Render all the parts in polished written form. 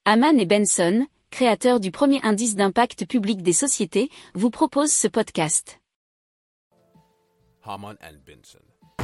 Hamann et Benson, créateurs du premier indice d'impact public des sociétés, vous proposent ce podcast. Hamann and Benson.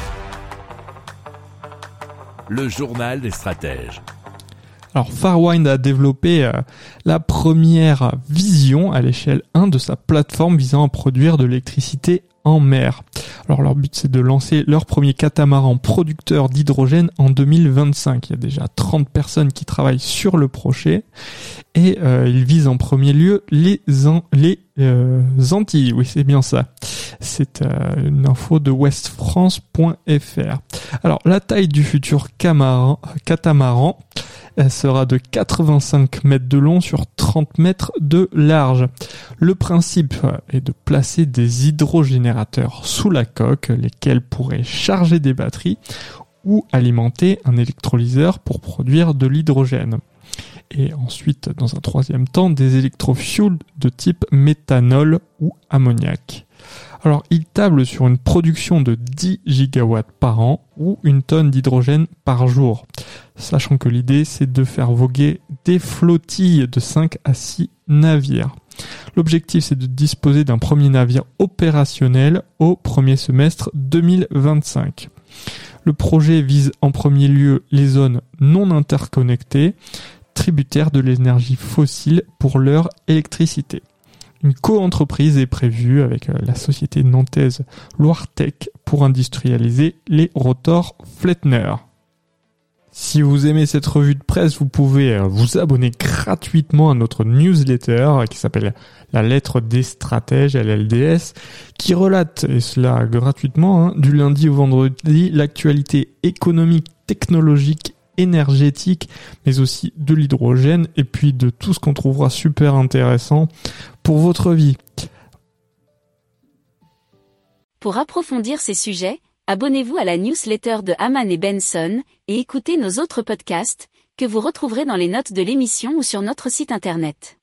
Le journal des stratèges. Alors Farwind a développé la première vision à l'échelle 1 de sa plateforme visant à produire de l'électricité en mer. Alors leur but c'est de lancer leur premier catamaran producteur d'hydrogène en 2025. Il y a déjà 30 personnes qui travaillent sur le projet et ils visent en premier lieu les Antilles. Oui, c'est bien ça. C'est une info de westfrance.fr. Alors la taille du futur catamaran elle sera de 85 mètres de long sur 30 mètres de large. Le principe est de placer des hydrogénérateurs sous la coque, lesquels pourraient charger des batteries ou alimenter un électrolyseur pour produire de l'hydrogène. Et ensuite, dans un troisième temps, des électrofuels de type méthanol ou ammoniac. Alors, il table sur une production de 10 gigawatts par an ou une tonne d'hydrogène par jour. Sachant que l'idée, c'est de faire voguer des flottilles de 5 à 6 navires. L'objectif, c'est de disposer d'un premier navire opérationnel au premier semestre 2025. Le projet vise en premier lieu les zones non interconnectées, tributaires de l'énergie fossile pour leur électricité. Une co-entreprise est prévue avec la société nantaise Loiretech pour industrialiser les rotors Flettner. Si vous aimez cette revue de presse, vous pouvez vous abonner gratuitement à notre newsletter qui s'appelle La Lettre des Stratèges, LLDS, qui relate, et cela gratuitement, du lundi au vendredi, l'actualité économique, technologique, énergétique, mais aussi de l'hydrogène et puis de tout ce qu'on trouvera super intéressant pour votre vie. Pour approfondir ces sujets, abonnez-vous à la newsletter de Hamann et Benson et écoutez nos autres podcasts que vous retrouverez dans les notes de l'émission ou sur notre site internet.